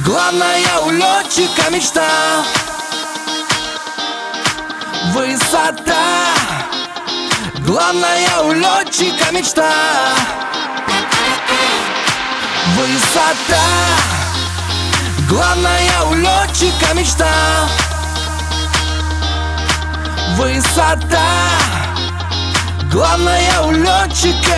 Главная у летчика мечта — высота. Главная у летчика мечта — высота. Главная у летчика мечта — высота. Главное у летчика.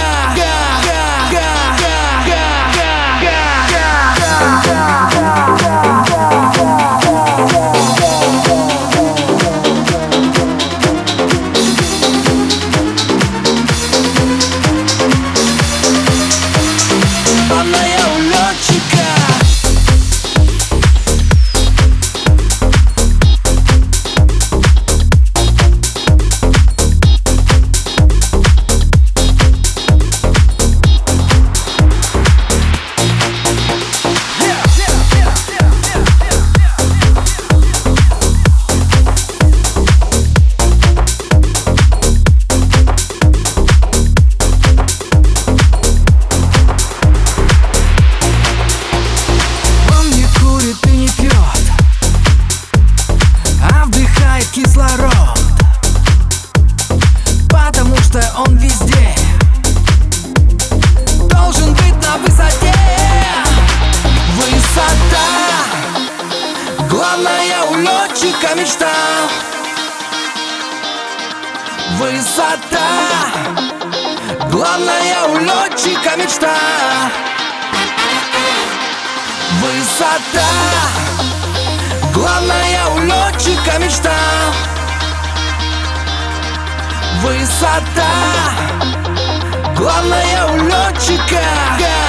Кислород, потому что он везде должен быть на высоте. Высота. Главная у летчика мечта — высота. Главная у летчика мечта — высота. Главная у летчика мечта — высота. Главная у летчика.